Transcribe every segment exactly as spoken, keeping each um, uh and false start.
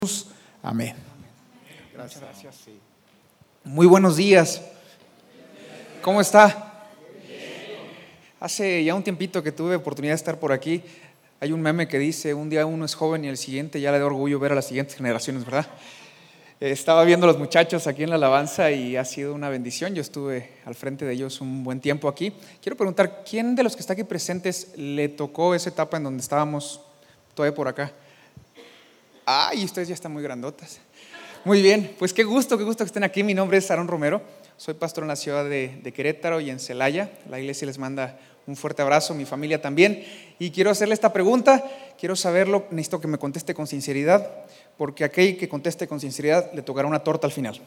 Amén. Gracias. Gracias, sí. Muy buenos días. ¿Cómo está? Hace ya un tiempito que tuve oportunidad de estar por aquí. Hay un meme que dice: un día uno es joven y el siguiente ya le da orgullo ver a las siguientes generaciones, ¿verdad? Estaba viendo a los muchachos aquí en la alabanza y ha sido una bendición. Yo estuve al frente de ellos un buen tiempo aquí. Quiero preguntar, ¿quién de los que está aquí presentes le tocó esa etapa en donde estábamos todavía por acá? Ay, ustedes ya están muy grandotas. Muy bien, pues qué gusto, qué gusto que estén aquí. Mi nombre es Aarón Romero, soy pastor en la ciudad de, de Querétaro y en Celaya. La iglesia les manda un fuerte abrazo, mi familia también. Y quiero hacerle esta pregunta, quiero saberlo, necesito que me conteste con sinceridad, porque a aquel que conteste con sinceridad le tocará una torta al final.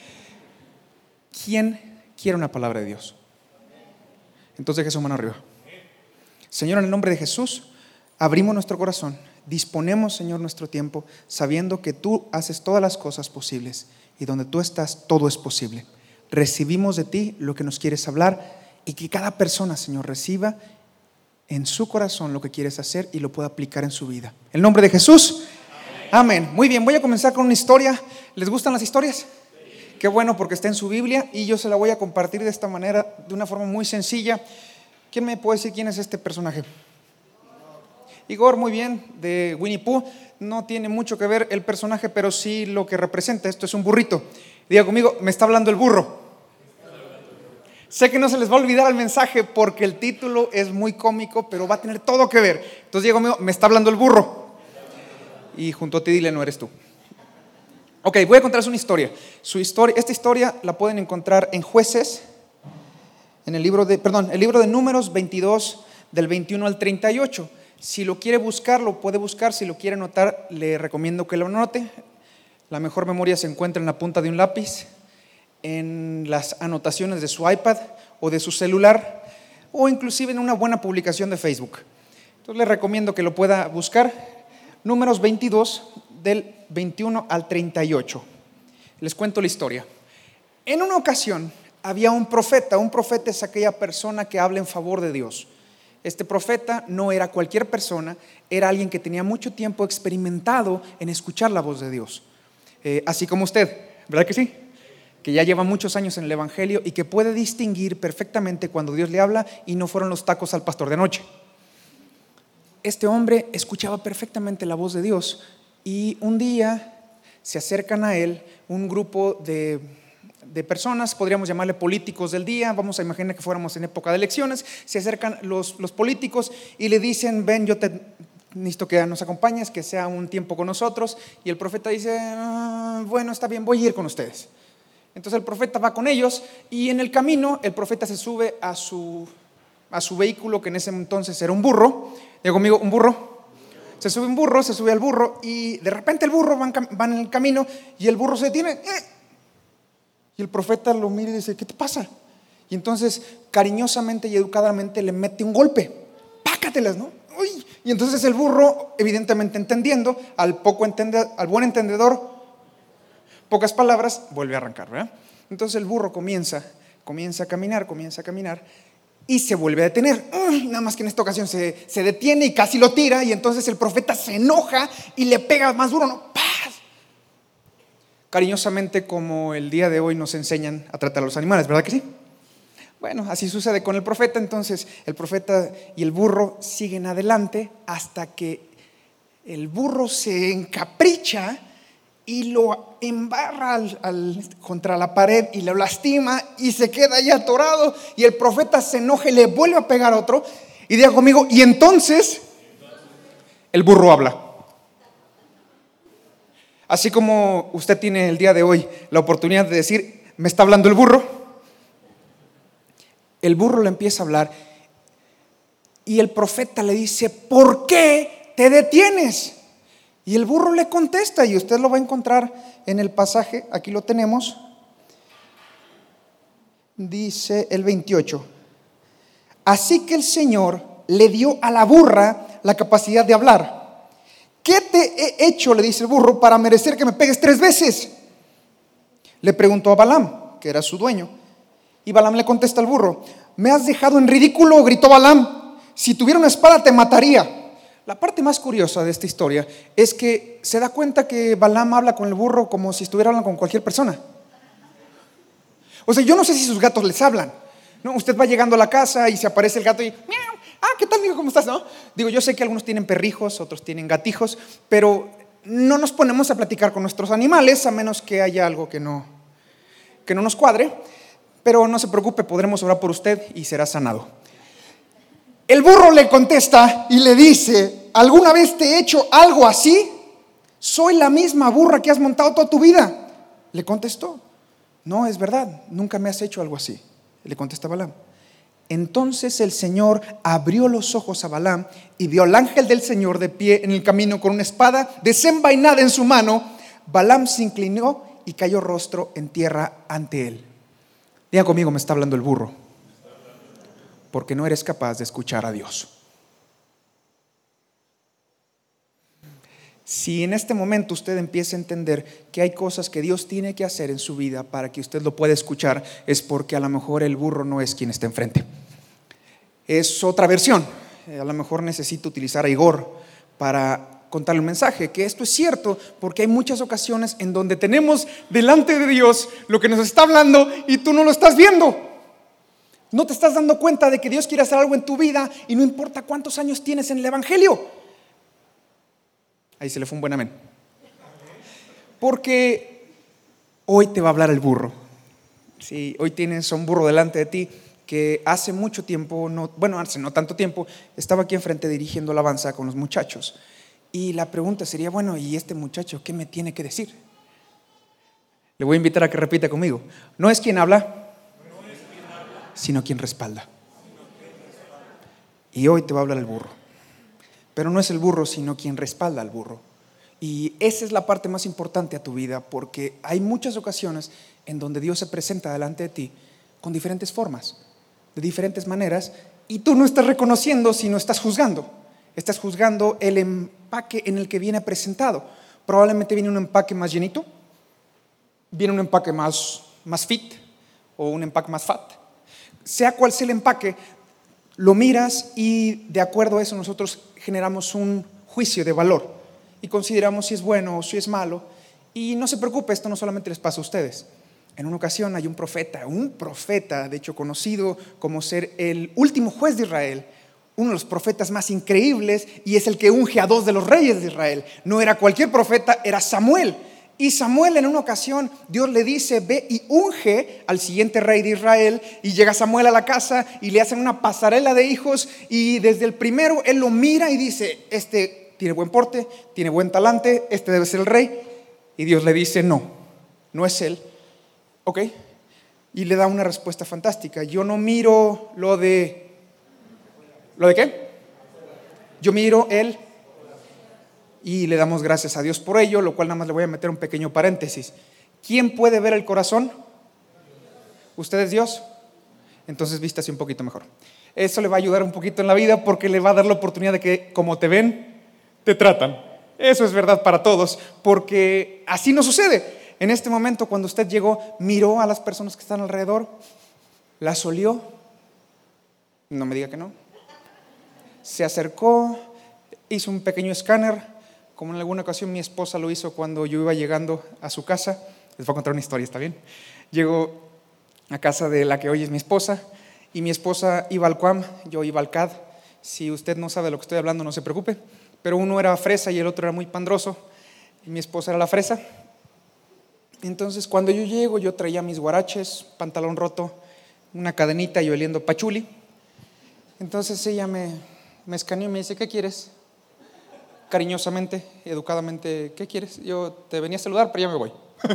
¿Quién quiere una palabra de Dios? Entonces, deje su mano arriba. Señor, en el nombre de Jesús, abrimos nuestro corazón. Disponemos, Señor, nuestro tiempo, sabiendo que tú haces todas las cosas posibles y donde tú estás, todo es posible. Recibimos de ti lo que nos quieres hablar y que cada persona, Señor, reciba en su corazón lo que quieres hacer y lo pueda aplicar en su vida. En el nombre de Jesús, amén. Amén. Muy bien, voy a comenzar con una historia. ¿Les gustan las historias? Sí. Qué bueno, porque está en su Biblia y yo se la voy a compartir de esta manera, de una forma muy sencilla. ¿Quién me puede decir quién es este personaje? Igor, muy bien, de Winnie Pooh. No tiene mucho que ver el personaje, pero sí lo que representa. Esto es un burrito. Diga conmigo, me está hablando el burro. Sé que no se les va a olvidar el mensaje porque el título es muy cómico, pero va a tener todo que ver. Entonces diga conmigo, me está hablando el burro. Y junto a ti dile, no eres tú. Ok, voy a contarles una historia. Su historia, esta historia la pueden encontrar en Jueces, en el libro de, perdón, el libro de Números veintidós, del veintiuno al treinta y ocho. Si lo quiere buscar, lo puede buscar. Si lo quiere anotar, le recomiendo que lo anote. La mejor memoria se encuentra en la punta de un lápiz, en las anotaciones de su iPad o de su celular, o inclusive en una buena publicación de Facebook. Entonces le recomiendo que lo pueda buscar. Números veintidós, del veintiuno al treinta y ocho. Les cuento la historia. En una ocasión había un profeta. Un profeta es aquella persona que habla en favor de Dios. Este profeta no era cualquier persona, era alguien que tenía mucho tiempo experimentado en escuchar la voz de Dios. Eh, así como usted, ¿verdad que sí? Que ya lleva muchos años en el evangelio y que puede distinguir perfectamente cuando Dios le habla y no fueron los tacos al pastor de noche. Este hombre escuchaba perfectamente la voz de Dios y un día se acercan a él un grupo de... de personas, podríamos llamarle políticos del día. Vamos a imaginar que fuéramos en época de elecciones. Se acercan los, los políticos y le dicen: ven, yo te necesito que nos acompañes, que sea un tiempo con nosotros. Y el profeta dice: ah, bueno, está bien, voy a ir con ustedes. Entonces el profeta va con ellos y en el camino el profeta se sube a su, a su vehículo, que en ese entonces era un burro. Diga conmigo, un burro. Se sube un burro, se sube al burro y de repente el burro va en, va en el camino y el burro se detiene. ¡Eh! Y el profeta lo mira y dice: ¿qué te pasa? Y entonces cariñosamente y educadamente le mete un golpe. Pácatelas, ¿no? Uy. Y entonces el burro, evidentemente entendiendo, al poco entender, al buen entendedor, pocas palabras, vuelve a arrancar, ¿verdad? Entonces el burro comienza, comienza a caminar, comienza a caminar y se vuelve a detener. Uy, nada más que en esta ocasión se, se detiene y casi lo tira. Y entonces el profeta se enoja y le pega más duro, ¿no? Cariñosamente, como el día de hoy nos enseñan a tratar a los animales, ¿verdad que sí? Bueno, así sucede con el profeta. Entonces el profeta y el burro siguen adelante hasta que el burro se encapricha y lo embarra al, al, contra la pared y lo lastima y se queda ahí atorado. Y el profeta se enoja y le vuelve a pegar otro. Y diga conmigo, y entonces el burro habla. Así como usted tiene el día de hoy la oportunidad de decir: me está hablando el burro. El burro le empieza a hablar y el profeta le dice: ¿por qué te detienes? Y el burro le contesta, y usted lo va a encontrar en el pasaje, aquí lo tenemos. Dice el veintiocho: así que el Señor le dio a la burra la capacidad de hablar. ¿Qué te he hecho?, le dice el burro, para merecer que me pegues tres veces. Le preguntó a Balaam, que era su dueño, y Balaam le contesta al burro: me has dejado en ridículo, gritó Balaam, si tuviera una espada te mataría. La parte más curiosa de esta historia es que se da cuenta que Balaam habla con el burro como si estuviera hablando con cualquier persona. O sea, yo no sé si sus gatos les hablan, ¿no? Usted va llegando a la casa y se aparece el gato y ¡miau! Ah, ¿qué tal, amigo? ¿Cómo estás? ¿No? Digo, yo sé que algunos tienen perrijos, otros tienen gatijos, pero no nos ponemos a platicar con nuestros animales a menos que haya algo que no, que no nos cuadre. Pero no se preocupe, podremos orar por usted y será sanado. El burro le contesta y le dice: ¿alguna vez te he hecho algo así? Soy la misma burra que has montado toda tu vida. Le contestó: no, es verdad, nunca me has hecho algo así. Le contesta Balaam. Entonces el Señor abrió los ojos a Balaam y vio al ángel del Señor de pie en el camino con una espada desenvainada en su mano. Balaam se inclinó y cayó rostro en tierra ante él. Diga conmigo: me está hablando el burro. Porque no eres capaz de escuchar a Dios. Si en este momento usted empieza a entender que hay cosas que Dios tiene que hacer en su vida para que usted lo pueda escuchar, es porque a lo mejor el burro no es quien está enfrente. Es otra versión. A lo mejor necesito utilizar a Igor para contarle un mensaje, que esto es cierto, porque hay muchas ocasiones en donde tenemos delante de Dios lo que nos está hablando y tú no lo estás viendo. No te estás dando cuenta de que Dios quiere hacer algo en tu vida y no importa cuántos años tienes en el evangelio. Ahí se le fue un buen amén. Porque hoy te va a hablar el burro. Sí, hoy tienes un burro delante de ti que hace mucho tiempo, no, bueno, hace no tanto tiempo, estaba aquí enfrente dirigiendo alabanza con los muchachos. Y la pregunta sería: bueno, ¿y este muchacho qué me tiene que decir? Le voy a invitar a que repita conmigo. No es quien habla, sino quien respalda. Y hoy te va a hablar el burro. Pero no es el burro, sino quien respalda al burro. Y esa es la parte más importante a tu vida, porque hay muchas ocasiones en donde Dios se presenta delante de ti con diferentes formas, de diferentes maneras, y tú no estás reconociendo, sino estás juzgando. Estás juzgando el empaque en el que viene presentado. Probablemente viene un empaque más llenito, viene un empaque más, más fit o un empaque más fat. Sea cual sea el empaque, lo miras y de acuerdo a eso nosotros generamos un juicio de valor y consideramos si es bueno o si es malo. Y no se preocupe, esto no solamente les pasa a ustedes. En una ocasión hay un profeta, un profeta de hecho conocido como ser el último juez de Israel, uno de los profetas más increíbles, y es el que unge a dos de los reyes de Israel. No era cualquier profeta, era Samuel. Y Samuel, en una ocasión, Dios le dice: ve y unge al siguiente rey de Israel. Y llega Samuel a la casa y le hacen una pasarela de hijos, y desde el primero él lo mira y dice: este tiene buen porte, tiene buen talante, este debe ser el rey. Y Dios le dice: no, no es él. Ok. Y le da una respuesta fantástica: yo no miro lo de ¿lo de qué? Yo miro el. Y le damos gracias a Dios por ello, lo cual nada más le voy a meter un pequeño paréntesis. ¿Quién puede ver el corazón? ¿Usted es Dios? Entonces vístase un poquito mejor. Eso le va a ayudar un poquito en la vida, porque le va a dar la oportunidad de que como te ven, te tratan. Eso es verdad para todos, porque así no sucede. En este momento, cuando usted llegó, miró a las personas que están alrededor, las olió, no me diga que no, se acercó, hizo un pequeño escáner, como en alguna ocasión mi esposa lo hizo cuando yo iba llegando a su casa. Les voy a contar una historia, ¿está bien? Llego a casa de la que hoy es mi esposa, y mi esposa iba al Cuam, yo iba al C A D. Si usted no sabe de lo que estoy hablando, no se preocupe, pero uno era fresa y el otro era muy pandroso, y mi esposa era la fresa. Entonces cuando yo llego, yo traía mis guaraches, pantalón roto, una cadenita y oliendo pachuli. Entonces ella me, me escaneó y me dice: ¿qué quieres? Cariñosamente, educadamente: ¿qué quieres? Yo te venía a saludar, pero ya me voy.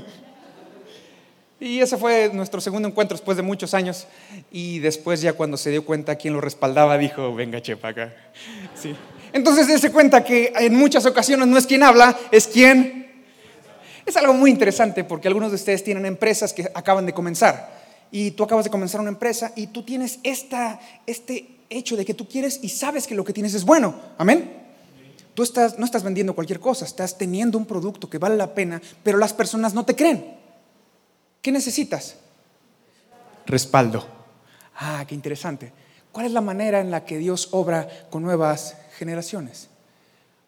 Y ese fue nuestro segundo encuentro después de muchos años. Y después, ya cuando se dio cuenta quién lo respaldaba, dijo: venga, chepa acá. Sí. Entonces dése cuenta que en muchas ocasiones no es quien habla, es quien. Es algo muy interesante, porque algunos de ustedes tienen empresas que acaban de comenzar. Y tú acabas de comenzar una empresa y tú tienes esta, este hecho de que tú quieres y sabes que lo que tienes es bueno. Amén. Tú estás, no estás vendiendo cualquier cosa, estás teniendo un producto que vale la pena, pero las personas no te creen. ¿Qué necesitas? Respaldo. Ah, qué interesante. ¿Cuál es la manera en la que Dios obra con nuevas generaciones?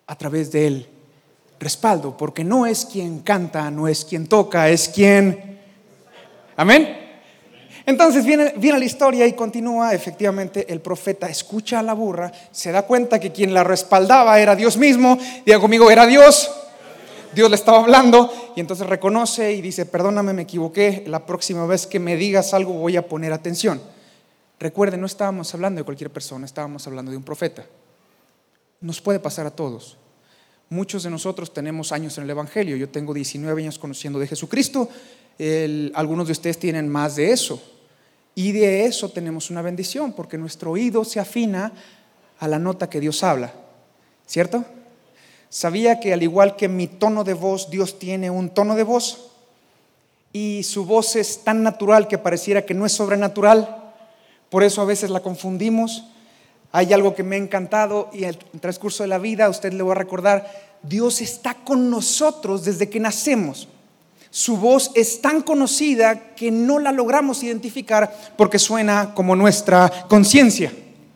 a través del respaldo, porque no es quien canta, no es quien toca, es quien... Amén. Entonces viene, viene la historia y continúa. Efectivamente, el profeta escucha a la burra, se da cuenta que quien la respaldaba era Dios mismo. Diga conmigo, era Dios. Dios le estaba hablando y entonces reconoce y dice: perdóname, me equivoqué, la próxima vez que me digas algo voy a poner atención. Recuerden, no estábamos hablando de cualquier persona, estábamos hablando de un profeta. Nos puede pasar a todos. Muchos de nosotros tenemos años en el Evangelio. Yo tengo diecinueve años conociendo de Jesucristo. El, algunos de ustedes tienen más de eso. Y de eso tenemos una bendición, porque nuestro oído se afina a la nota que Dios habla. ¿Cierto? ¿Sabía que al igual que mi tono de voz, Dios tiene un tono de voz? Y su voz es tan natural que pareciera que no es sobrenatural. Por eso a veces la confundimos. Hay algo que me ha encantado y en el transcurso de la vida usted le va a recordar: Dios está con nosotros desde que nacemos. Su voz es tan conocida que no la logramos identificar porque suena como nuestra conciencia.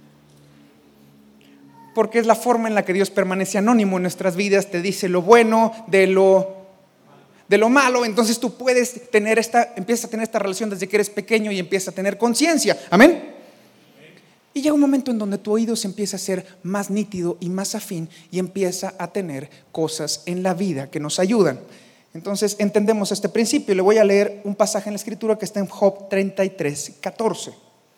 Porque es la forma en la que Dios permanece anónimo en nuestras vidas. Te dice lo bueno de lo, de lo malo. Entonces tú puedes tener esta, empiezas a tener esta relación desde que eres pequeño y empiezas a tener conciencia. Amén. Y llega un momento en donde tu oído se empieza a ser más nítido y más afín y empieza a tener cosas en la vida que nos ayudan. Entonces entendemos este principio. Le voy a leer un pasaje en la Escritura que está en Job treinta y tres, catorce.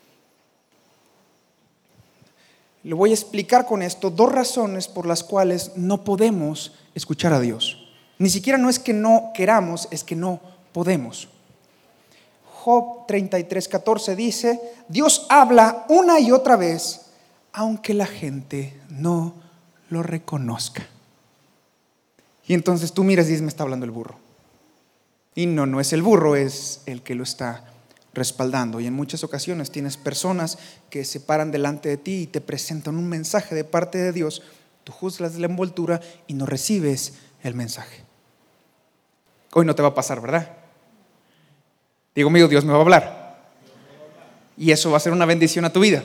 Le voy a explicar con esto dos razones por las cuales no podemos escuchar a Dios. Ni siquiera no es que no queramos, es que no podemos. Job treinta y tres, catorce dice: Dios habla una y otra vez, aunque la gente no lo reconozca. Y entonces tú miras y dices: me está hablando el burro. Y no, no es el burro, es el que lo está respaldando. Y en muchas ocasiones tienes personas que se paran delante de ti y te presentan un mensaje de parte de Dios. Tú juzgas la envoltura y no recibes el mensaje. Hoy no te va a pasar, ¿verdad? Digo, mío, Dios me va a hablar. Y eso va a ser una bendición a tu vida.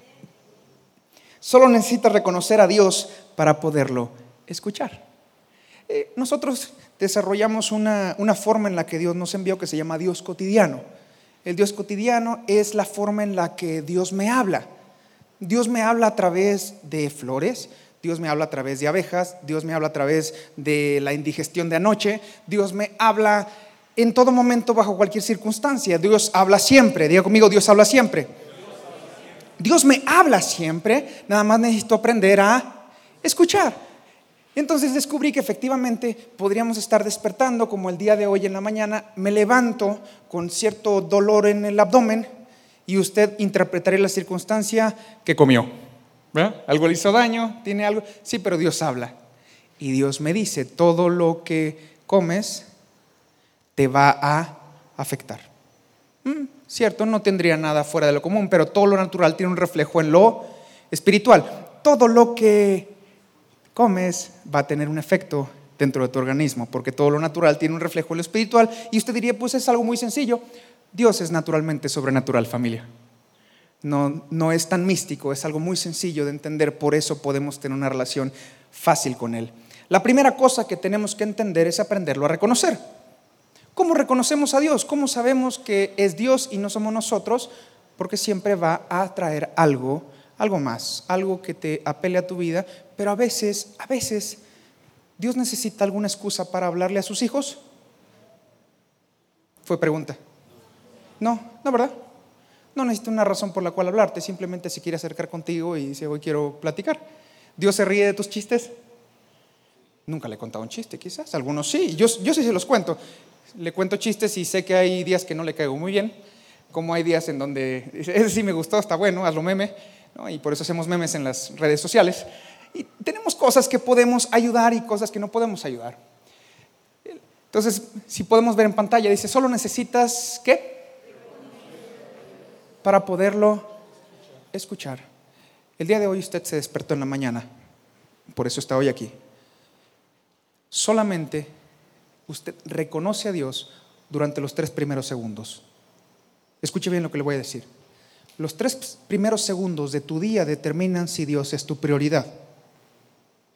Solo necesitas reconocer a Dios para poderlo escuchar. Eh, nosotros desarrollamos una, una forma en la que Dios nos envió que se llama Dios cotidiano. El Dios cotidiano es la forma en la que Dios me habla. Dios me habla a través de flores, Dios me habla a través de abejas, Dios me habla a través de la indigestión de anoche, Dios me habla en todo momento, bajo cualquier circunstancia. Dios habla siempre. Diga conmigo, Dios habla siempre. Dios me habla siempre, nada más necesito aprender a escuchar. Entonces descubrí que efectivamente podríamos estar despertando como el día de hoy en la mañana. Me levanto con cierto dolor en el abdomen y usted interpretaría la circunstancia que comió, ¿verdad? Algo le hizo daño, tiene algo. Sí, pero Dios habla y Dios me dice: todo lo que comes te va a afectar. Mm, cierto, no tendría nada fuera de lo común, pero todo lo natural tiene un reflejo en lo espiritual. Todo lo que comes va a tener un efecto dentro de tu organismo, porque todo lo natural tiene un reflejo en lo espiritual. Y usted diría: pues es algo muy sencillo. Dios es naturalmente sobrenatural, familia. No, no es tan místico, es algo muy sencillo de entender. Por eso podemos tener una relación fácil con Él. La primera cosa que tenemos que entender es aprenderlo a reconocer. ¿Cómo reconocemos a Dios? ¿Cómo sabemos que es Dios y no somos nosotros? Porque siempre va a traer algo, algo más, algo que te apele a tu vida. Pero a veces, a veces, ¿Dios necesita alguna excusa para hablarle a sus hijos? Fue pregunta. No, no, ¿verdad? No necesita una razón por la cual hablarte. Simplemente se quiere acercar contigo y dice: hoy quiero platicar. ¿Dios se ríe de tus chistes? Nunca le he contado un chiste, quizás. Algunos sí, yo, yo sí se los cuento. Le cuento chistes y sé que hay días que no le caigo muy bien. Como hay días en donde ese sí me gustó, está bueno, hazlo meme, ¿no? Y por eso hacemos memes en las redes sociales. Y tenemos cosas que podemos ayudar y cosas que no podemos ayudar. Entonces, si podemos ver en pantalla, dice: solo necesitas ¿qué? Para poderlo escuchar. El día de hoy usted se despertó en la mañana, por eso está hoy aquí. Solamente usted reconoce a Dios durante los tres primeros segundos. Escuche bien lo que le voy a decir. Los tres primeros segundos de tu día determinan si Dios es tu prioridad.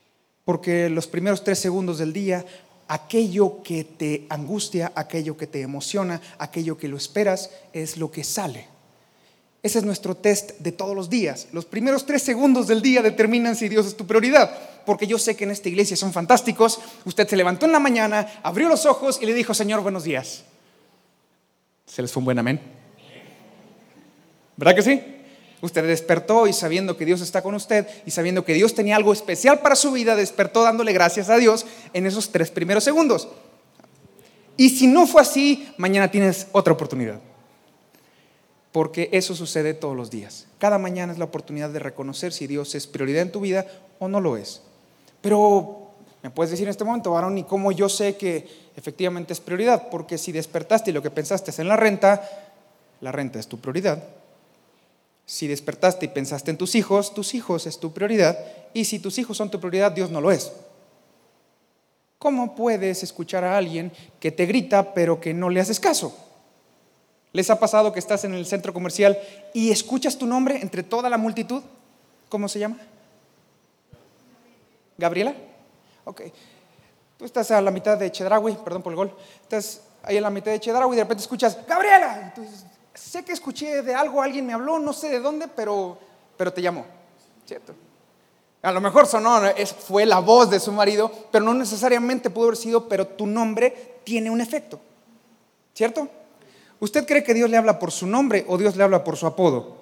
Porque los primeros tres segundos del día, aquello que te angustia, aquello que te emociona, aquello que lo esperas, es lo que sale. Ese es nuestro test de todos los días. Los primeros tres segundos del día determinan si Dios es tu prioridad. Porque yo sé que en esta iglesia son fantásticos. Usted se levantó en la mañana, abrió los ojos y le dijo: Señor, buenos días. ¿Se les fue un buen amén? ¿Verdad que sí? Usted despertó y sabiendo que Dios está con usted y sabiendo que Dios tenía algo especial para su vida, despertó dándole gracias a Dios en esos tres primeros segundos. Y si no fue así, mañana tienes otra oportunidad. Porque eso sucede todos los días. Cada mañana es la oportunidad de reconocer si Dios es prioridad en tu vida o no lo es. Pero me puedes decir en este momento, varón, ¿y cómo yo sé que efectivamente es prioridad? Porque si despertaste y lo que pensaste es en la renta, la renta es tu prioridad. Si despertaste y pensaste en tus hijos, tus hijos es tu prioridad. Y si tus hijos son tu prioridad, Dios no lo es. ¿Cómo puedes escuchar a alguien que te grita pero que no le haces caso? ¿Les ha pasado que estás en el centro comercial y escuchas tu nombre entre toda la multitud? ¿Cómo se llama? ¿Gabriela? Ok. Tú estás a la mitad de Chedraui, perdón por el gol. Estás ahí en la mitad de Chedraui y de repente escuchas: ¡Gabriela! Y tú dices: sé que escuché de algo, alguien me habló, no sé de dónde, pero, pero te llamó, ¿cierto? A lo mejor sonó, es, fue la voz de su marido, pero no necesariamente pudo haber sido, pero tu nombre tiene un efecto, ¿cierto? ¿Usted cree que Dios le habla por su nombre o Dios le habla por su apodo?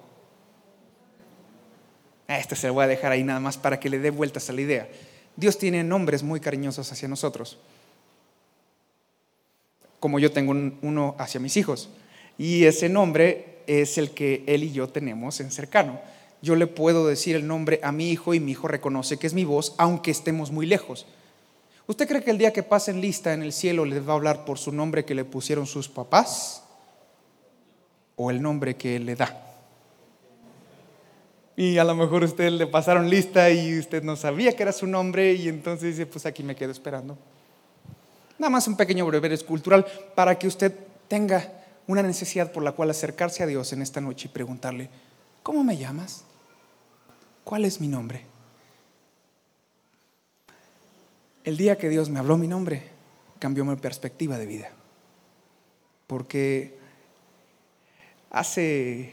Este se lo voy a dejar ahí nada más para que le dé vueltas a la idea. Dios tiene nombres muy cariñosos hacia nosotros, como yo tengo un, uno hacia mis hijos. Y ese nombre es el que él y yo tenemos en cercano. Yo le puedo decir el nombre a mi hijo y mi hijo reconoce que es mi voz, aunque estemos muy lejos. ¿Usted cree que el día que pasen lista en el cielo les va a hablar por su nombre que le pusieron sus papás o el nombre que él le da? Y a lo mejor usted le pasaron lista y usted no sabía que era su nombre y entonces dice: pues aquí me quedo esperando. Nada más un pequeño breviario cultural para que usted tenga una necesidad por la cual acercarse a Dios en esta noche y preguntarle: ¿cómo me llamas? ¿Cuál es mi nombre? El día que Dios me habló mi nombre, cambió mi perspectiva de vida. Porque hace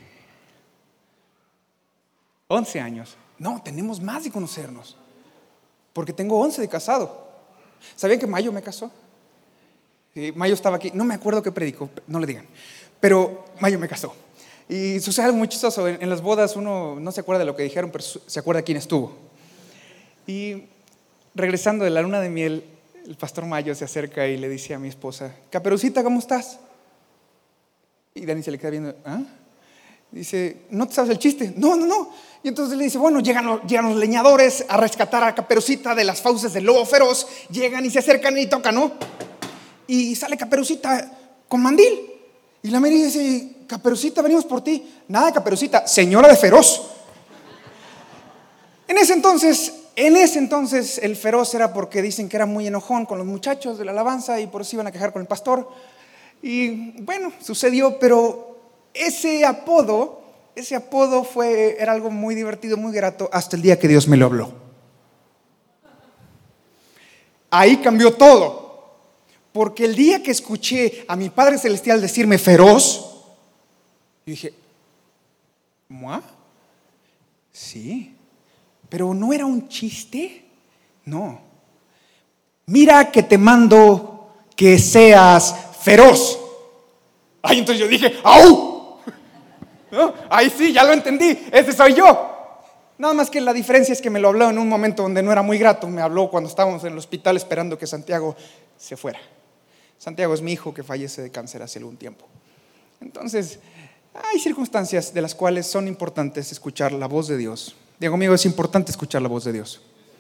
once años, no, tenemos más de conocernos, porque tengo once de casado. ¿Sabían que Mayo me casó? Sí, Mayo estaba aquí, no me acuerdo qué predicó, no le digan, pero Mayo me casó. Y sucede algo muy chistoso, en, en las bodas uno no se acuerda de lo que dijeron, pero se acuerda quién estuvo. Y regresando de la luna de miel, el pastor Mayo se acerca y le dice a mi esposa: Caperucita, ¿cómo estás? Y Dani se le queda viendo: ¿ah? Dice: ¿no te sabes el chiste? No, no, no. Y entonces le dice: bueno, llegan los, llegan los leñadores a rescatar a Caperucita de las fauces del lobo feroz. Llegan y se acercan y tocan, ¿no? Y sale Caperucita con mandil. Y la Mary dice: Caperucita, venimos por ti. Nada, Caperucita, señora de feroz. En ese entonces, en ese entonces el feroz era porque dicen que era muy enojón con los muchachos de la alabanza y por eso iban a quejar con el pastor. Y bueno, sucedió, pero ese apodo, ese apodo fue, era algo muy divertido, muy grato, hasta el día que Dios me lo habló. Ahí cambió todo. Porque el día que escuché a mi Padre Celestial decirme feroz, yo dije: ¿moi? Sí, pero no era un chiste, no. Mira que te mando que seas feroz. Ay, entonces yo dije: ¡au! ¿No? Ahí sí, ya lo entendí, ese soy yo. Nada más que la diferencia es que me lo habló en un momento donde no era muy grato. Me habló cuando estábamos en el hospital esperando que Santiago se fuera. Santiago es mi hijo que fallece de cáncer hace algún tiempo. Entonces, hay circunstancias de las cuales son importantes escuchar la voz de Dios. Diga conmigo: es importante escuchar la voz de Dios.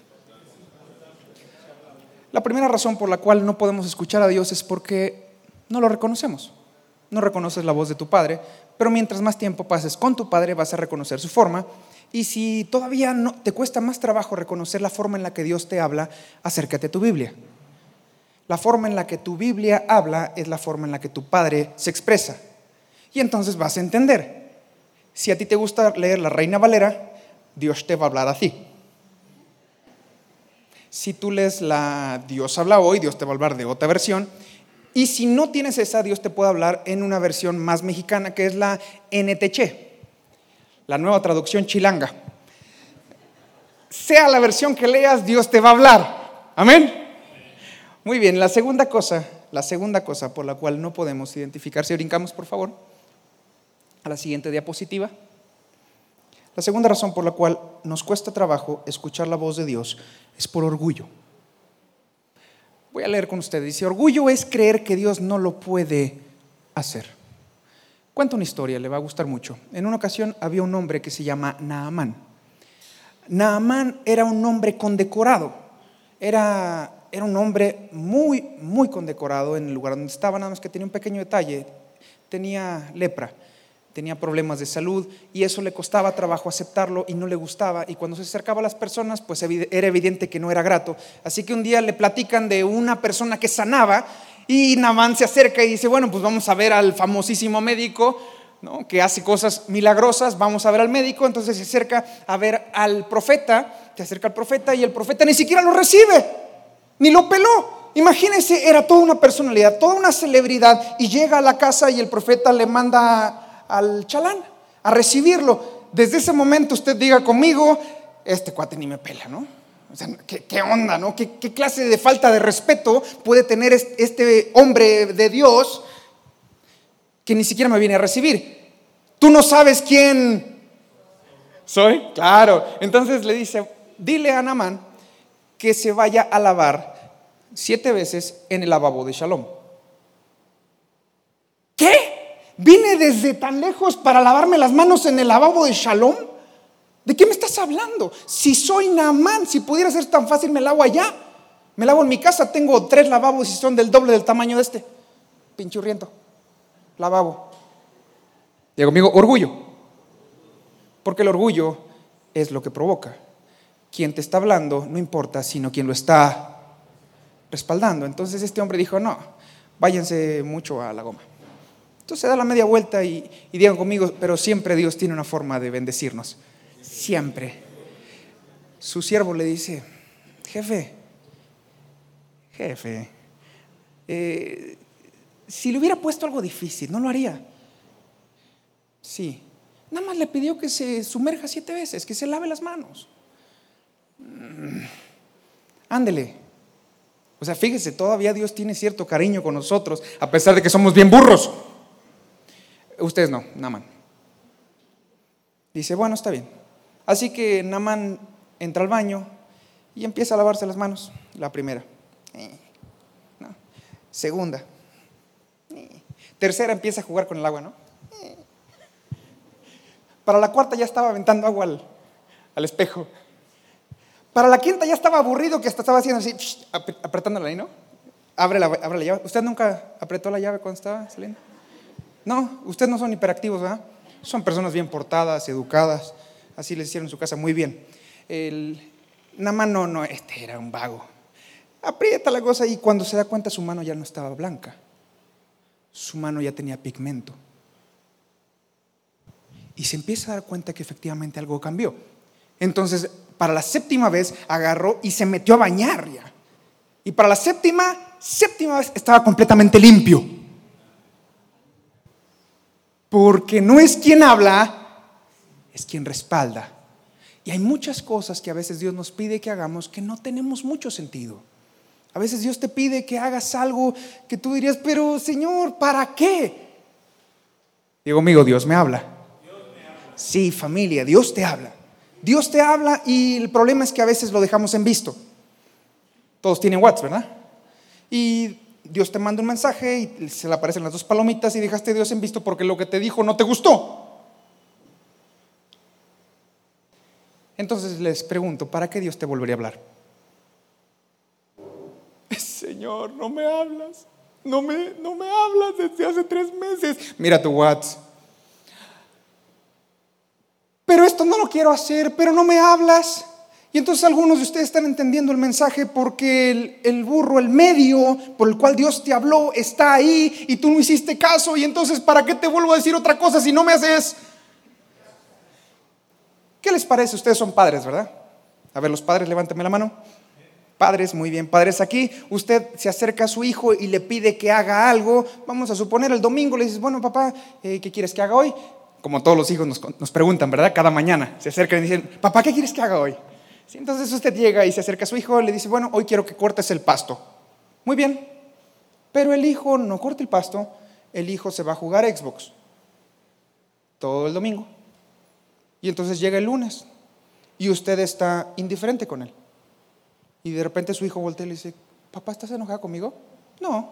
La primera razón por la cual no podemos escuchar a Dios es porque no lo reconocemos. No reconoces la voz de tu Padre, pero mientras más tiempo pases con tu Padre vas a reconocer su forma. Y si todavía no, te cuesta más trabajo reconocer la forma en la que Dios te habla, acércate a tu Biblia. La forma en la que tu Biblia habla es la forma en la que tu Padre se expresa. Y entonces vas a entender. Si a ti te gusta leer la Reina Valera, Dios te va a hablar así. Si tú lees la Dios habla hoy, Dios te va a hablar de otra versión. Y si no tienes esa, Dios te puede hablar en una versión más mexicana, que es la N T Ch, la nueva traducción chilanga. Sea la versión que leas, Dios te va a hablar. Amén. Muy bien, la segunda cosa, la segunda cosa por la cual no podemos identificar, si brincamos por favor a la siguiente diapositiva. La segunda razón por la cual nos cuesta trabajo escuchar la voz de Dios es por orgullo. Voy a leer con ustedes. Dice, orgullo es creer que Dios no lo puede hacer. Cuento una historia, le va a gustar mucho. En una ocasión había un hombre que se llama Naamán. Naamán era un hombre condecorado. Era, era un hombre muy, muy condecorado en el lugar donde estaba, nada más que tenía un pequeño detalle. Tenía lepra. Tenía problemas de salud y eso le costaba trabajo aceptarlo y no le gustaba, y cuando se acercaba a las personas pues era evidente que no era grato. Así que un día le platican de una persona que sanaba y Naamán se acerca y dice, bueno, pues vamos a ver al famosísimo médico, ¿no?, que hace cosas milagrosas, vamos a ver al médico. Entonces se acerca a ver al profeta, se acerca al profeta y el profeta ni siquiera lo recibe, ni lo peló. Imagínense, era toda una personalidad, toda una celebridad, y llega a la casa y el profeta le manda al chalán a recibirlo. Desde ese momento usted diga conmigo, este cuate ni me pela, ¿no? O sea, ¿qué, qué onda, no? ¿Qué, ¿Qué clase de falta de respeto puede tener este hombre de Dios que ni siquiera me viene a recibir? ¿Tú no sabes quién soy? Claro. Entonces le dice, dile a Naamán que se vaya a lavar siete veces en el lavabo de Shalom. ¿Qué? ¿Vine desde tan lejos para lavarme las manos en el lavabo de Shalom? ¿De qué me estás hablando? Si soy Naamán, si pudiera ser tan fácil, me lavo allá. Me lavo en mi casa, tengo tres lavabos y son del doble del tamaño de este. Pinchurriento. Lavabo. Digo conmigo, orgullo. Porque el orgullo es lo que provoca. Quien te está hablando no importa, sino quien lo está respaldando. Entonces este hombre dijo, no, váyanse mucho a la goma. Entonces se da la media vuelta y, y digan conmigo, pero siempre Dios tiene una forma de bendecirnos. Siempre. Su siervo le dice, jefe, jefe, eh, si le hubiera puesto algo difícil, ¿no lo haría? Sí. Nada más le pidió que se sumerja siete veces, que se lave las manos. Mm, ándele. O sea, fíjese, todavía Dios tiene cierto cariño con nosotros, a pesar de que somos bien burros. Ustedes no, Naamán. Dice, bueno, está bien. Así que Naamán entra al baño y empieza a lavarse las manos. La primera. Eh, no. Segunda. Eh. Tercera, empieza a jugar con el agua, ¿no? Eh. Para la cuarta ya estaba aventando agua al, al espejo. Para la quinta ya estaba aburrido, que hasta estaba haciendo así, apretándola ahí, ¿no? Abre la, abre la llave. ¿Usted nunca apretó la llave cuando estaba saliendo? No, ustedes no son hiperactivos, ¿verdad? Son personas bien portadas, educadas. Así les hicieron en su casa, muy bien. El Naamán no, no, este era un vago. Aprieta la cosa y cuando se da cuenta su mano ya no estaba blanca. Su mano ya tenía pigmento. Y se empieza a dar cuenta que efectivamente algo cambió. Entonces, para la séptima vez agarró y se metió a bañar ya. Y para la séptima, séptima vez estaba completamente limpio. Porque no es quien habla, es quien respalda. Y hay muchas cosas que a veces Dios nos pide que hagamos que no tenemos mucho sentido. A veces Dios te pide que hagas algo que tú dirías, pero Señor, ¿para qué? Digo, amigo, Dios me habla. Dios me habla. Sí, familia, Dios te habla. Dios te habla y el problema es que a veces lo dejamos en visto. Todos tienen WhatsApp, ¿verdad? Y Dios te manda un mensaje y se le aparecen las dos palomitas y dejaste a Dios en visto porque lo que te dijo no te gustó. Entonces les pregunto, ¿para qué Dios te volvería a hablar? Señor, no me hablas. No me, no me hablas desde hace tres meses. Mira tu WhatsApp. Pero esto no lo quiero hacer, pero no me hablas. Y entonces algunos de ustedes están entendiendo el mensaje porque el, el burro, el medio por el cual Dios te habló está ahí y tú no hiciste caso. Y entonces, ¿para qué te vuelvo a decir otra cosa si no me haces? ¿Qué les parece? Ustedes son padres, ¿verdad? A ver, los padres, levántame la mano. Padres, muy bien, padres, aquí usted se acerca a su hijo y le pide que haga algo. Vamos a suponer el domingo, le dices, bueno papá, eh, ¿qué quieres que haga hoy? Como todos los hijos nos, nos preguntan, ¿verdad? Cada mañana se acercan y dicen, papá, ¿qué quieres que haga hoy? Sí, entonces usted llega y se acerca a su hijo y le dice, bueno, hoy quiero que cortes el pasto. Muy bien, pero el hijo no corta el pasto, el hijo se va a jugar Xbox todo el domingo. Y entonces llega el lunes y usted está indiferente con él. Y de repente su hijo voltea y le dice, papá, ¿estás enojado conmigo? No.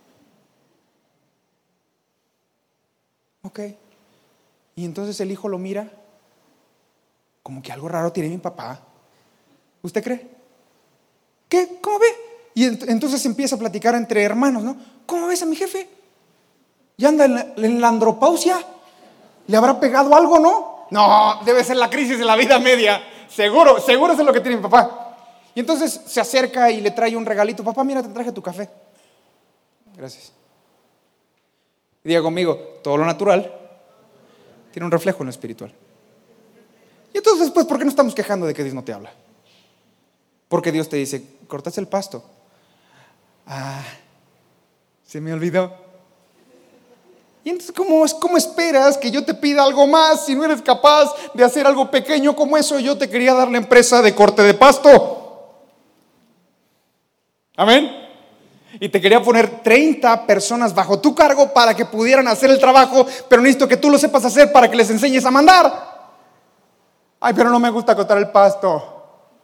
Ok. Y entonces el hijo lo mira como que algo raro tiene mi papá. ¿Usted cree? ¿Qué? ¿Cómo ve? Y ent- entonces empieza a platicar entre hermanos, ¿no? ¿Cómo ves a mi jefe? ¿Ya anda en la, en la andropausia? ¿Le habrá pegado algo, no? No, debe ser la crisis de la vida media. Seguro, seguro eso es lo que tiene mi papá. Y entonces se acerca y le trae un regalito. Papá, mira, te traje tu café. Gracias. Diga conmigo, todo lo natural tiene un reflejo en lo espiritual. Y entonces, pues, ¿por qué no estamos quejando de que Dios no te habla? Porque Dios te dice, cortaste el pasto. Ah, se me olvidó. Y entonces, ¿cómo, ¿cómo esperas que yo te pida algo más si no eres capaz de hacer algo pequeño como eso? Yo te quería dar la empresa de corte de pasto. Amén. Y te quería poner treinta personas bajo tu cargo para que pudieran hacer el trabajo, pero necesito que tú lo sepas hacer para que les enseñes a mandar. Ay, pero no me gusta cortar el pasto.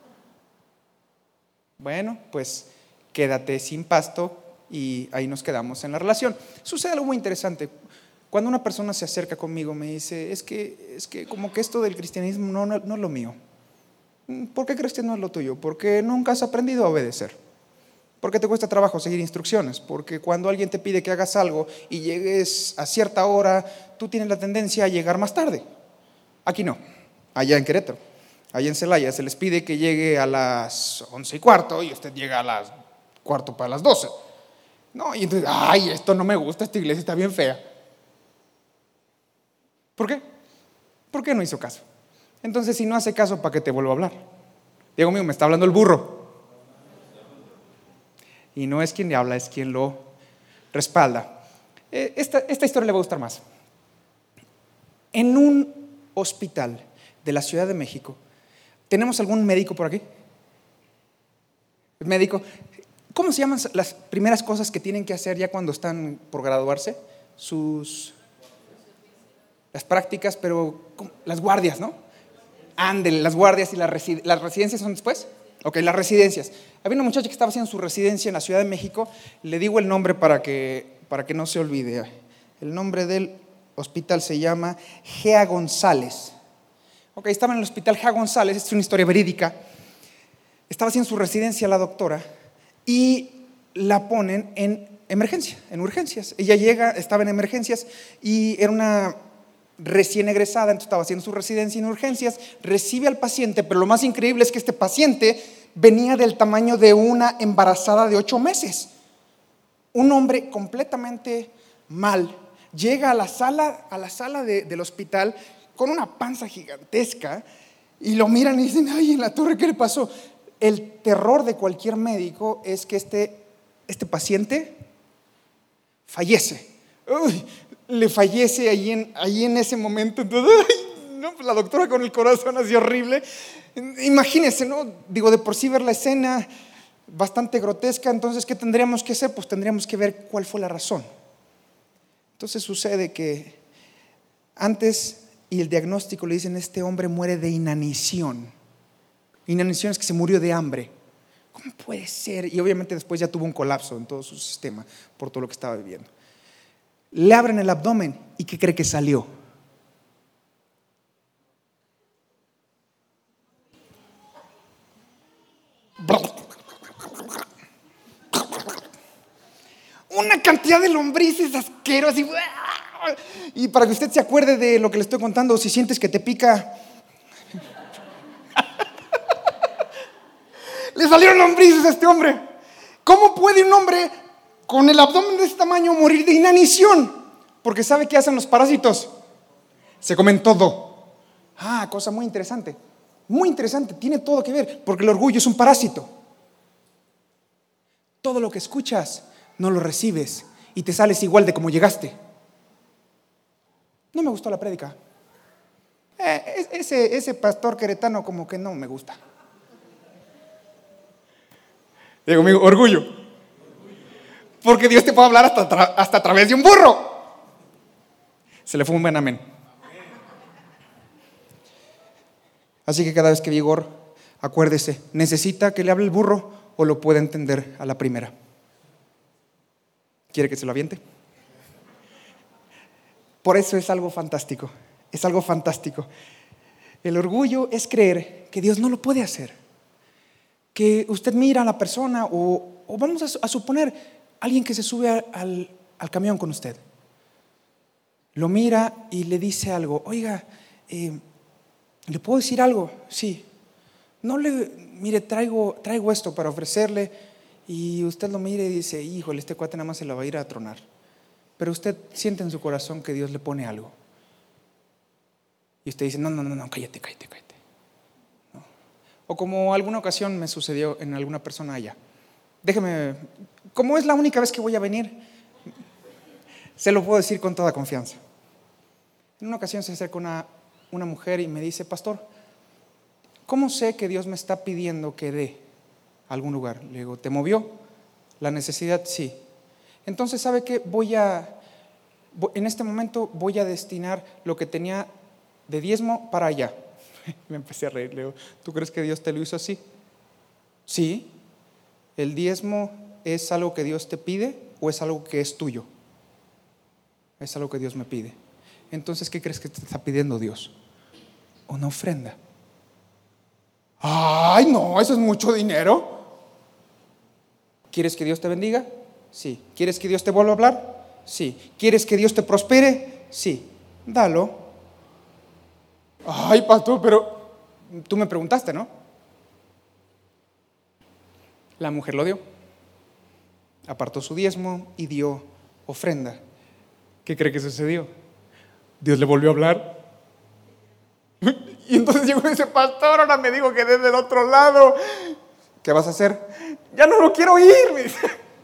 Bueno, pues quédate sin pasto y ahí nos quedamos en la relación. Sucede algo muy interesante. Cuando una persona se acerca conmigo me dice, es que, es que como que esto del cristianismo no, no, no es lo mío. ¿Por qué crees que no es lo tuyo? Porque nunca has aprendido a obedecer. ¿Por qué te cuesta trabajo seguir instrucciones? Porque cuando alguien te pide que hagas algo y llegues a cierta hora, tú tienes la tendencia a llegar más tarde. Aquí no, allá en Querétaro, allá en Celaya se les pide que llegue a las once y cuarto y usted llega a las cuarto para las doce. No, y entonces, ay, esto no me gusta, esta iglesia está bien fea. ¿Por qué? ¿Por qué no hizo caso? Entonces, si no hace caso, ¿para qué te vuelvo a hablar? Diego mío, me está hablando el burro. Y no es quien le habla, es quien lo respalda. Esta, esta historia le va a gustar más. En un hospital de la Ciudad de México, ¿tenemos algún médico por aquí? ¿Médico? ¿Cómo se llaman las primeras cosas que tienen que hacer ya cuando están por graduarse? Sus... Las prácticas, pero las guardias, ¿no? Ándele, las guardias y las, resid- las residencias son después. Ok, las residencias. Había una muchacha que estaba haciendo su residencia en la Ciudad de México. Le digo el nombre para que, para que no se olvide. El nombre del hospital se llama Gea González. Ok, estaba en el hospital Gea González. Esta es una historia verídica. Estaba haciendo su residencia la doctora y la ponen en emergencia, en urgencias. Ella llega, estaba en emergencias y era una recién egresada, entonces estaba haciendo su residencia en urgencias, recibe al paciente, pero lo más increíble es que este paciente venía del tamaño de una embarazada de ocho meses. Un hombre completamente mal. Llega a la sala, a la sala de, del hospital con una panza gigantesca y lo miran y dicen, ay, en la torre, ¿qué le pasó? El terror de cualquier médico es que este, este paciente fallece. Uy, le fallece ahí en, ahí en ese momento. Entonces, ay, no, pues la doctora con el corazón así horrible. Imagínense, ¿no? Digo, de por sí ver la escena bastante grotesca. Entonces, ¿qué tendríamos que hacer? Pues tendríamos que ver cuál fue la razón. Entonces sucede que antes y el diagnóstico le dicen, este hombre muere de inanición. Inanición es que se murió de hambre. ¿Cómo puede ser? Y obviamente después ya tuvo un colapso en todo su sistema por todo lo que estaba viviendo. Le abren el abdomen y ¿qué cree que salió? Una cantidad de lombrices asquerosas. Y, y para que usted se acuerde de lo que le estoy contando, si sientes que te pica, le salieron lombrices a este hombre. ¿Cómo puede un hombre con el abdomen de este tamaño morir de inanición? Porque ¿sabe qué hacen los parásitos? Se comen todo. Ah, cosa muy interesante. Muy interesante, tiene todo que ver, porque el orgullo es un parásito. todo lo que escuchas no lo recibes y te sales igual de como llegaste. No me gustó la prédica. Eh, ese, ese pastor queretano como que no me gusta. Digo, amigo, orgullo. Porque Dios te puede hablar hasta, tra- hasta a través de un burro. Se le fue un buen amén. Así que cada vez que Vigor, acuérdese, ¿necesita que le hable el burro o lo puede entender a la primera? ¿Quiere que se lo aviente? Por eso es algo fantástico, es algo fantástico. El orgullo es creer que Dios no lo puede hacer. Que usted mira a la persona o, o vamos a, a suponer alguien que se sube a, al, al camión con usted. Lo mira y le dice algo. Oiga, eh, ¿le puedo decir algo? Sí. No le, mire, traigo, traigo esto para ofrecerle. Y usted lo mira y dice, híjole, este cuate nada más se la va a ir a tronar. Pero usted siente en su corazón que Dios le pone algo. Y usted dice, no, no, no, no, cállate, cállate, cállate. ¿No? O como alguna ocasión me sucedió en alguna persona allá. Déjeme, como es la única vez que voy a venir, se lo puedo decir con toda confianza. En una ocasión se acerca una, una mujer y me dice, pastor, ¿cómo sé que Dios me está pidiendo que dé a algún lugar? Le digo, ¿te movió la necesidad? Sí. Entonces, ¿sabe qué? Voy a, en este momento voy a destinar lo que tenía de diezmo para allá. Me empecé a reír, le digo, ¿tú crees que Dios te lo hizo así? Sí. ¿El diezmo es algo que Dios te pide o es algo que es tuyo? Es algo que Dios me pide. Entonces, ¿qué crees que te está pidiendo Dios? Una ofrenda. Ay, no, eso es mucho dinero. ¿Quieres que Dios te bendiga? Sí. ¿Quieres que Dios te vuelva a hablar? Sí. ¿Quieres que Dios te prospere? Sí. Dalo. Ay, pastor, pero tú me preguntaste, ¿no? La mujer lo dio. Apartó su diezmo y dio ofrenda. ¿Qué cree que sucedió? Dios le volvió a hablar. Y entonces llegó ese pastor, ahora me dijo que desde el otro lado. ¿Qué vas a hacer? Ya no lo quiero oír, me dice.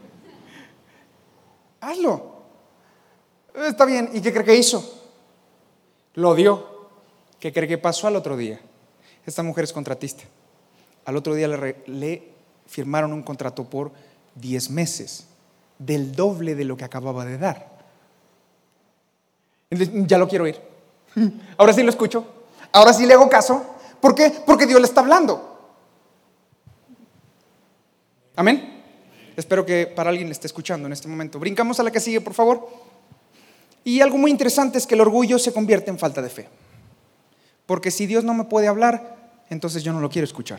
Hazlo. Está bien. ¿Y qué cree que hizo? Lo dio. ¿Qué cree que pasó al otro día? Esta mujer es contratista. Al otro día le, re, le firmaron un contrato por diez meses, del doble de lo que acababa de dar. Entonces, ya lo quiero oír. Ahora sí lo escucho. Ahora sí le hago caso. ¿Por qué? Porque Dios le está hablando. Amén. Espero que para alguien le esté escuchando en este momento. Brincamos a la que sigue, por favor. Y algo muy interesante es que el orgullo se convierte en falta de fe. Porque si Dios no me puede hablar, entonces yo no lo quiero escuchar.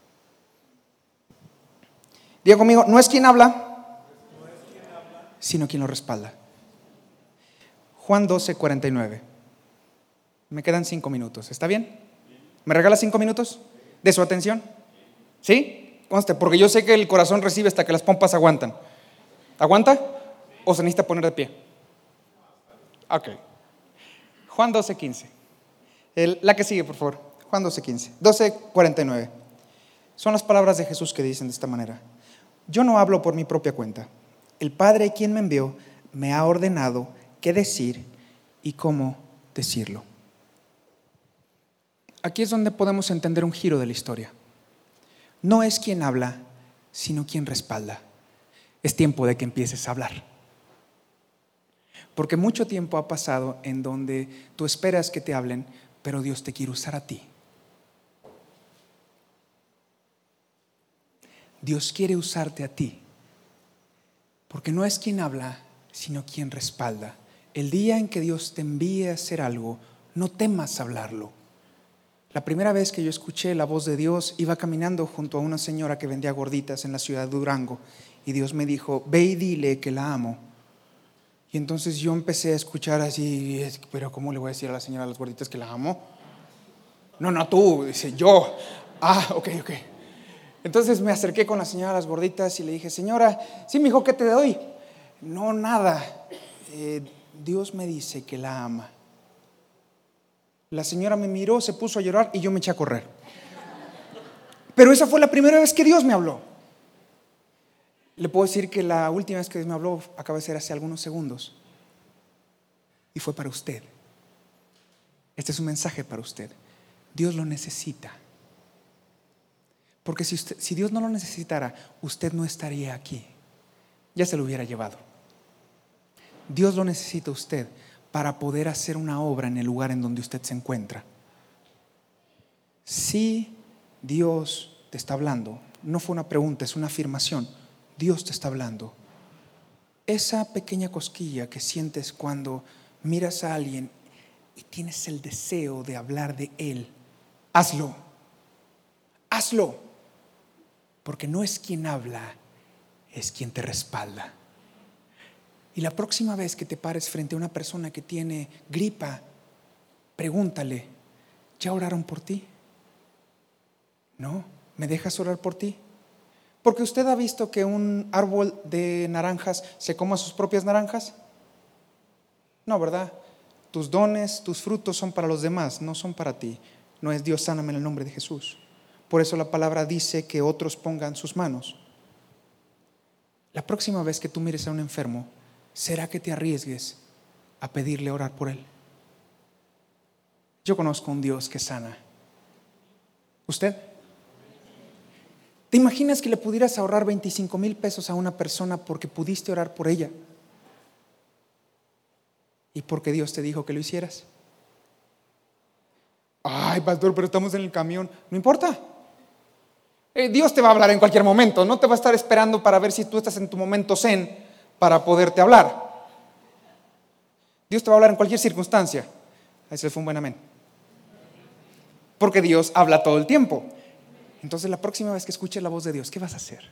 Diga conmigo, no es quien habla, sino quien lo respalda. Juan doce, cuarenta y nueve. Me quedan cinco minutos, ¿está bien? ¿Me regala cinco minutos de su atención? ¿Sí? Conste, porque yo sé que el corazón recibe hasta que las pompas aguantan. ¿Aguanta? ¿O se necesita poner de pie? Ok. Juan doce, quince. El, la que sigue, por favor. Juan doce, quince. doce, cuarenta y nueve. Son las palabras de Jesús que dicen de esta manera. Yo no hablo por mi propia cuenta. El Padre, quien me envió, me ha ordenado qué decir y cómo decirlo. Aquí es donde podemos entender un giro de la historia. No es quien habla, sino quien respalda. Es tiempo de que empieces a hablar. Porque mucho tiempo ha pasado en donde tú esperas que te hablen, pero Dios te quiere usar a ti. Dios quiere usarte a ti. Porque no es quien habla, sino quien respalda. El día en que Dios te envíe a hacer algo, no temas hablarlo. La primera vez que yo escuché la voz de Dios, iba caminando junto a una señora que vendía gorditas en la ciudad de Durango. Y Dios me dijo, ve y dile que la amo. Y entonces yo empecé a escuchar así, pero ¿cómo le voy a decir a la señora de las gorditas que la amo? No, no, tú, dice yo. Ah, ok, ok. Entonces me acerqué con la señora de las gorditas y le dije, señora, sí, mijo, ¿qué te doy? No, nada. Eh, Dios me dice que la ama. La señora me miró, se puso a llorar y yo me eché a correr. Pero esa fue la primera vez que Dios me habló. Le puedo decir que la última vez que Dios me habló acaba de ser hace algunos segundos. Y fue para usted. Este es un mensaje para usted. Dios lo necesita. Porque si, usted, si Dios no lo necesitara, usted no estaría aquí. Ya se lo hubiera llevado. Dios lo necesita a usted para poder hacer una obra en el lugar en donde usted se encuentra. Si Dios te está hablando, no fue una pregunta, es una afirmación. Dios te está hablando. Esa pequeña cosquilla que sientes cuando miras a alguien y tienes el deseo de hablar de él, hazlo. Hazlo. Porque no es quien habla, es quien te respalda. Y la próxima vez que te pares frente a una persona que tiene gripa, pregúntale, ¿ya oraron por ti? ¿No? ¿Me dejas orar por ti? Porque usted ha visto que un árbol de naranjas se coma sus propias naranjas. No, ¿verdad? Tus dones, tus frutos son para los demás, no son para ti. No es Dios, sáname en el nombre de Jesús. Por eso la palabra dice que otros pongan sus manos. La próxima vez que tú mires a un enfermo, ¿será que te arriesgues a pedirle orar por él? Yo conozco un Dios que sana. ¿Usted? ¿Te imaginas que le pudieras ahorrar veinticinco mil pesos a una persona porque pudiste orar por ella? ¿Y porque Dios te dijo que lo hicieras? Ay, pastor, pero estamos en el camión. No importa. Eh, Dios te va a hablar en cualquier momento. No te va a estar esperando para ver si tú estás en tu momento zen para poderte hablar. Dios te va a hablar en cualquier circunstancia. Ese fue un buen amén. Porque Dios habla todo el tiempo. Entonces la próxima vez que escuches la voz de Dios, ¿qué vas a hacer?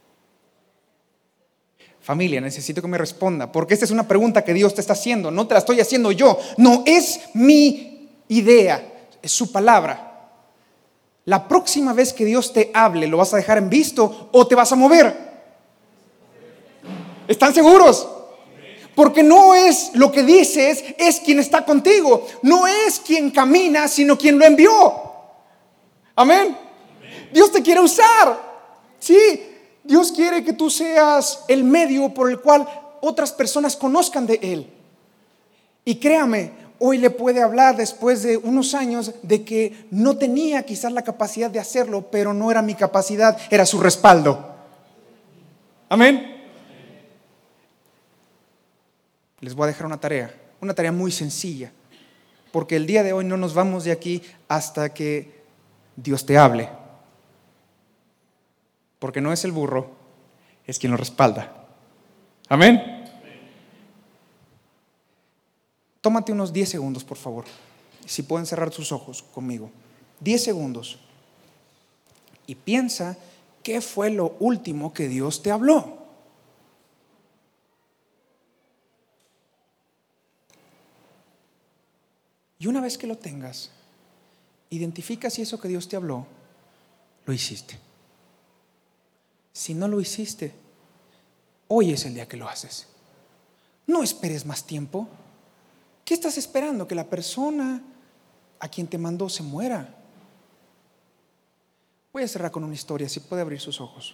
Familia, necesito que me responda, porque esta es una pregunta que Dios te está haciendo. No te la estoy haciendo yo. No es mi idea, es su palabra. La próxima vez que Dios te hable, ¿lo vas a dejar en visto o te vas a mover? ¿Están seguros? Porque no es lo que dices, es quien está contigo. No es quien camina, sino quien lo envió. Amén. Dios te quiere usar. Sí, Dios quiere que tú seas el medio por el cual otras personas conozcan de Él. Y créame, hoy le puede hablar después de unos años de que no tenía quizás la capacidad de hacerlo, pero no era mi capacidad, era su respaldo. Amén. Les voy a dejar una tarea, una tarea muy sencilla, porque el día de hoy no nos vamos de aquí hasta que Dios te hable. Porque no es el burro, es quien lo respalda. Amén. Tómate unos diez segundos, por favor. Si pueden cerrar sus ojos conmigo. diez segundos. Y piensa, ¿qué fue lo último que Dios te habló? Y una vez que lo tengas, identifica si eso que Dios te habló, lo hiciste. Si no lo hiciste, hoy es el día que lo haces. No esperes más tiempo. ¿Qué estás esperando? ¿Que la persona a quien te mandó se muera? Voy a cerrar con una historia, si puede abrir sus ojos.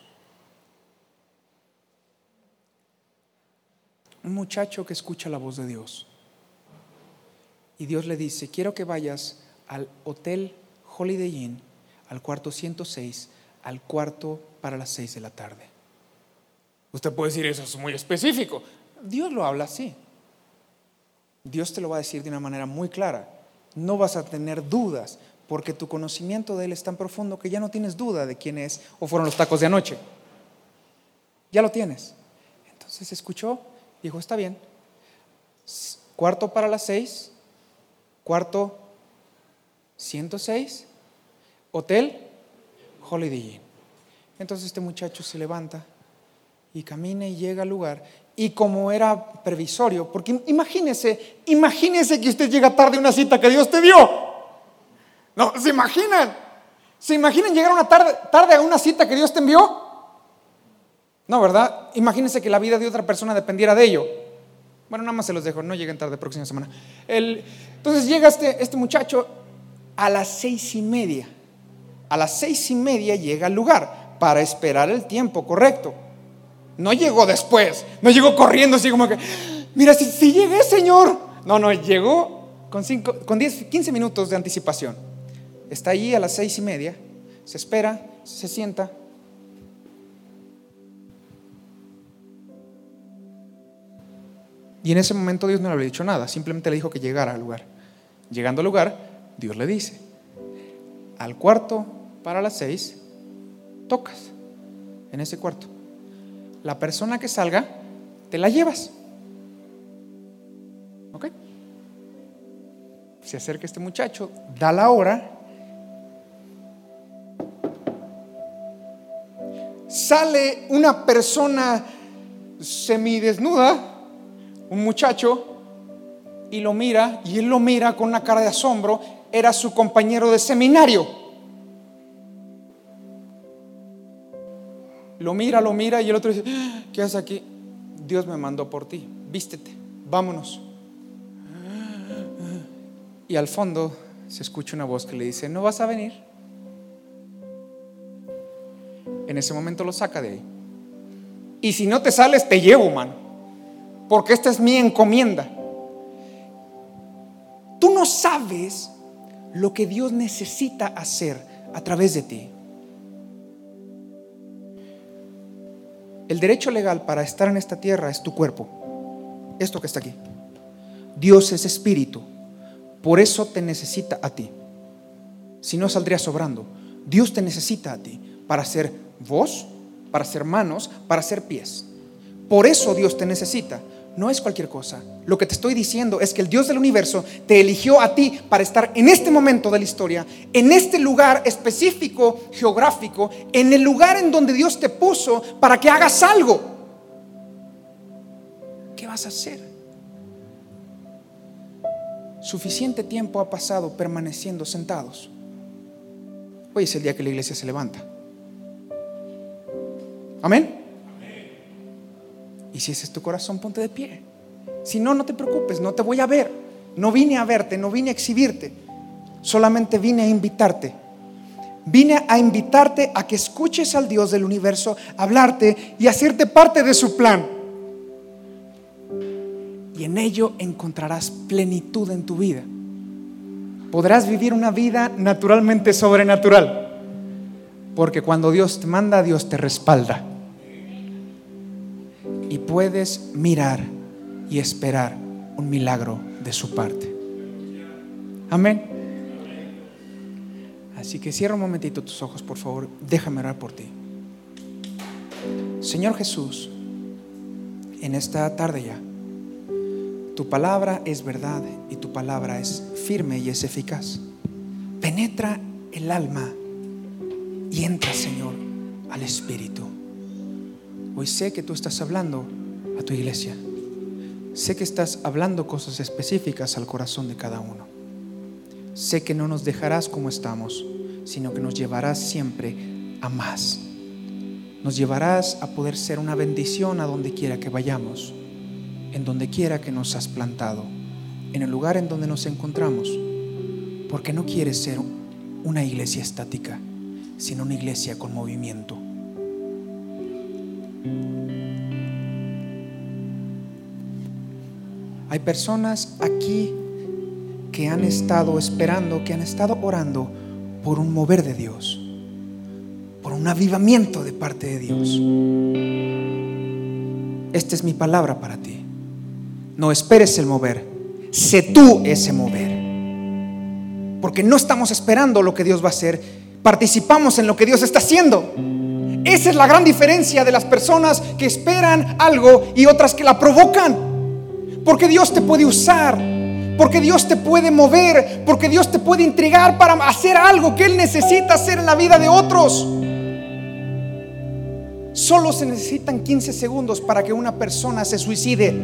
Un muchacho que escucha la voz de Dios. Y Dios le dice, quiero que vayas al Hotel Holiday Inn, al cuarto ciento seis, al cuarto para las seis de la tarde. Usted puede decir, eso es muy específico. Dios lo habla así. Dios te lo va a decir de una manera muy clara. No vas a tener dudas, porque tu conocimiento de Él es tan profundo que ya no tienes duda de quién es o fueron los tacos de anoche. Ya lo tienes. Entonces escuchó, dijo, está bien. Cuarto para las seis, cuarto ciento seis, Hotel Holiday Inn. Entonces este muchacho se levanta y camina y llega al lugar. Y como era previsorio, porque imagínese, imagínese que usted llega tarde a una cita que Dios te dio. No, ¿se imaginan? ¿Se imaginan llegar una tarde, tarde a una cita que Dios te envió? No, ¿verdad? Imagínense que la vida de otra persona dependiera de ello. Bueno, nada más se los dejo, no lleguen tarde próxima semana. El, entonces llega este, este muchacho a las seis y media. A las seis y media llega al lugar para esperar el tiempo correcto. No llegó después, no llegó corriendo así como que, mira, si, si llegué, Señor. No, no, llegó con, cinco, con diez, quince minutos de anticipación. Está allí a las seis y media, se espera, se sienta. Y en ese momento Dios no le había dicho nada, simplemente le dijo que llegara al lugar. Llegando al lugar, Dios le dice: al cuarto para las seis, tocas en ese cuarto. La persona que salga, te la llevas. ¿Ok? Se acerca este muchacho, da la hora. Sale una persona semidesnuda, un muchacho, y lo mira, y él lo mira con una cara de asombro. Era su compañero de seminario. Lo mira, lo mira, y el otro dice: ¿qué haces aquí? Dios me mandó por ti, vístete, vámonos. Y al fondo se escucha una voz que le dice: ¿no vas a venir? En ese momento lo saca de ahí. Y si no te sales, te llevo, mano, porque esta es mi encomienda. Tú no sabes lo que Dios necesita hacer a través de ti. El derecho legal para estar en esta tierra es tu cuerpo, esto que está aquí. Dios es espíritu, por eso te necesita a ti. Si no, saldrías sobrando. Dios te necesita a ti para ser voz, para ser manos, para ser pies. Por eso Dios te necesita. No es cualquier cosa. Lo que te estoy diciendo es que el Dios del universo te eligió a ti para estar en este momento de la historia, en este lugar específico, geográfico, en el lugar en donde Dios te puso para que hagas algo. ¿Qué vas a hacer? Suficiente tiempo ha pasado permaneciendo sentados. Hoy es el día que la iglesia se levanta. Amén. Y si ese es tu corazón, ponte de pie. Si no, no te preocupes, no te voy a ver. No vine a verte, no vine a exhibirte. Solamente vine a invitarte. Vine a invitarte a que escuches al Dios del universo hablarte y hacerte parte de su plan. Y en ello encontrarás plenitud en tu vida. Podrás vivir una vida naturalmente sobrenatural, porque cuando Dios te manda, Dios te respalda. Y puedes mirar y esperar un milagro de su parte. Amén. Así que cierra un momentito tus ojos, por favor. Déjame orar por ti. Señor Jesús, en esta tarde ya, tu palabra es verdad y tu palabra es firme y es eficaz. Penetra el alma y entra, Señor, al espíritu. Hoy sé que tú estás hablando a tu iglesia. Sé que estás hablando cosas específicas al corazón de cada uno. Sé que no nos dejarás como estamos, sino que nos llevarás siempre a más. Nos llevarás a poder ser una bendición a donde quiera que vayamos, en donde quiera que nos has plantado, en el lugar en donde nos encontramos, porque no quieres ser una iglesia estática, sino una iglesia con movimiento. Hay personas aquí que han estado esperando, que han estado orando por un mover de Dios, por un avivamiento de parte de Dios. Esta es mi palabra para ti. No esperes el mover, sé tú ese mover, porque no estamos esperando lo que Dios va a hacer, participamos en lo que Dios está haciendo. Esa es la gran diferencia de las personas que esperan algo y otras que la provocan. Porque Dios te puede usar, porque Dios te puede mover, porque Dios te puede intrigar para hacer algo que Él necesita hacer en la vida de otros. Solo se necesitan quince segundos para que una persona se suicide.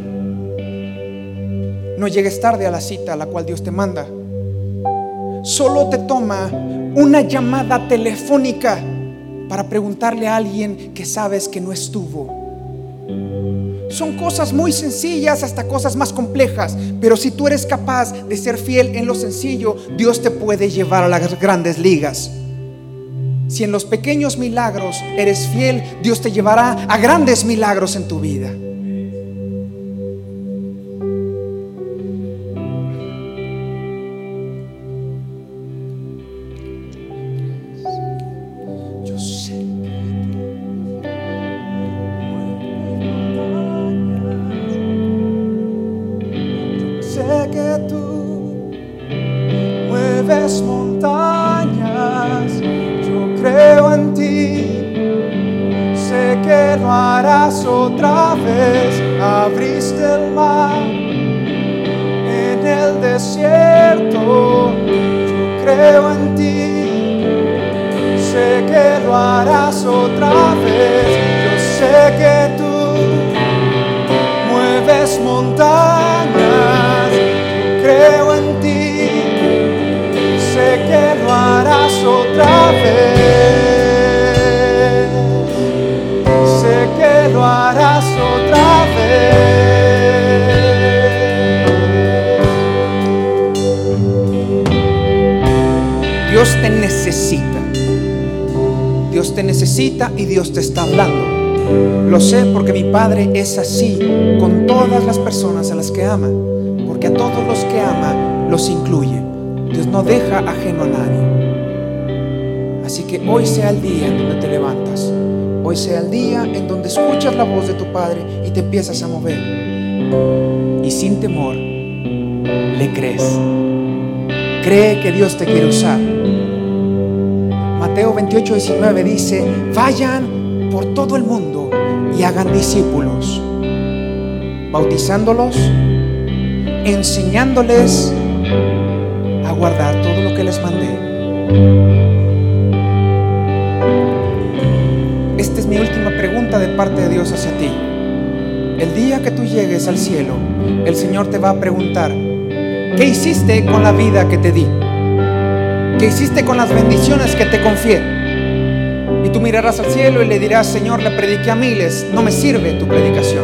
No llegues tarde a la cita a la cual Dios te manda. Solo te toma una llamada telefónica para preguntarle a alguien que sabes que no estuvo. Son cosas muy sencillas hasta cosas más complejas, pero si tú eres capaz de ser fiel en lo sencillo, Dios te puede llevar a las grandes ligas. Si en los pequeños milagros eres fiel, Dios te llevará a grandes milagros en tu vida. Yo sé que tú mueves montañas. Creo en ti, sé que lo harás otra vez. Abriste el mar en el desierto. Yo creo en ti, sé que lo harás otra vez. Yo sé que tú mueves montañas. Yo creo en ti, sé que lo harás otra vez. Lo harás otra vez. Dios te necesita. Dios te necesita y Dios te está hablando. Lo sé porque mi Padre es así con todas las personas a las que ama, porque a todos los que ama los incluye. Dios no deja ajeno a nadie. Así que hoy sea el día en donde te levantas. Hoy sea el día en donde escuchas la voz de tu Padre y te empiezas a mover. Y sin temor, le crees. Cree que Dios te quiere usar. Mateo veintiocho, diecinueve dice: vayan por todo el mundo y hagan discípulos, bautizándolos, enseñándoles a guardar todo lo que les mandé. Esta es mi última pregunta de parte de Dios hacia ti. El día que tú llegues al cielo, el Señor te va a preguntar: ¿qué hiciste con la vida que te di? ¿Qué hiciste con las bendiciones que te confié? Y tú mirarás al cielo y le dirás: Señor, le prediqué a miles, no me sirve tu predicación.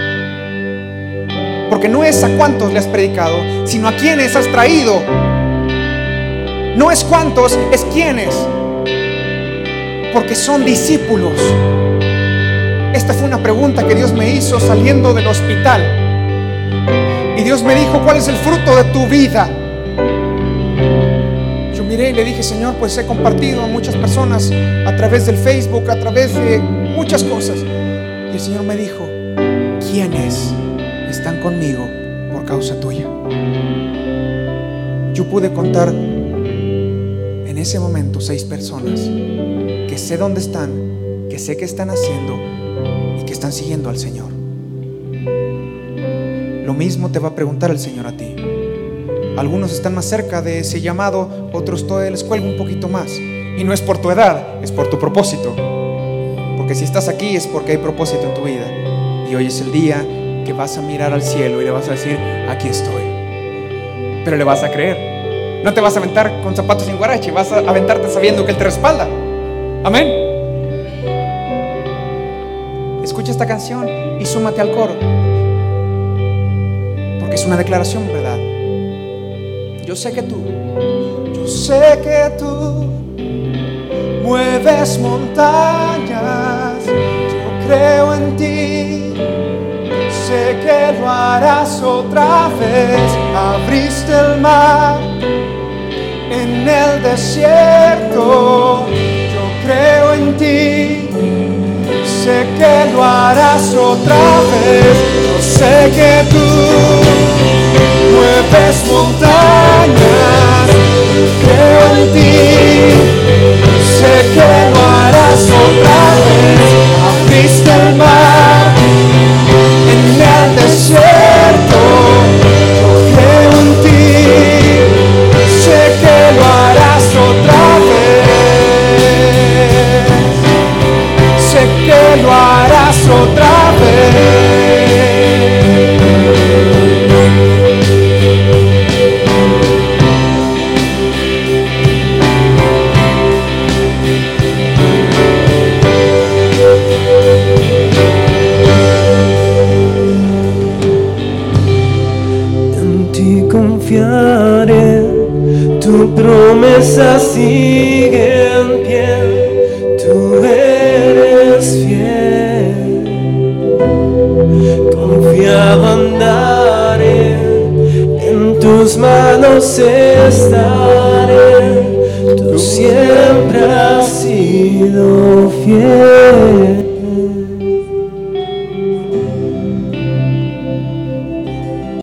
Porque no es a cuántos le has predicado, sino a quienes has traído. No es cuántos, es quiénes. Porque son discípulos. Esta fue una pregunta que Dios me hizo saliendo del hospital. Y Dios me dijo: ¿cuál es el fruto de tu vida? Yo miré y le dije: Señor, pues he compartido a muchas personas a través del Facebook, a través de muchas cosas. Y el Señor me dijo: ¿quiénes están conmigo por causa tuya? Yo pude contar en ese momento seis personas que sé dónde están, que sé qué están haciendo y que están siguiendo al Señor. Lo mismo te va a preguntar el Señor a ti. Algunos están más cerca de ese llamado, otros todavía les cuelga un poquito más. Y no es por tu edad, es por tu propósito. Porque si estás aquí es porque hay propósito en tu vida. Y hoy es el día que vas a mirar al cielo y le vas a decir: aquí estoy. Pero le vas a creer. No te vas a aventar con zapatos sin guarache, vas a aventarte sabiendo que Él te respalda. Amén. Escucha esta canción y súmate al coro, porque es una declaración, ¿verdad? Yo sé que tú, yo sé que tú mueves montañas. Yo creo en ti, sé que lo harás otra vez. Abriste el mar en el desierto. Creo en ti, sé que lo harás otra vez. Yo sé que tú mueves montañas. Creo en ti, sé que lo harás otra vez. Abriste el mar en el desierto. Yo creo en ti, sé que lo harás otra vez. Que lo harás otra vez. En ti confiaré, tu promesa sigue en pie. confiado andaré, en tus manos estaré, tú siempre has sido fiel.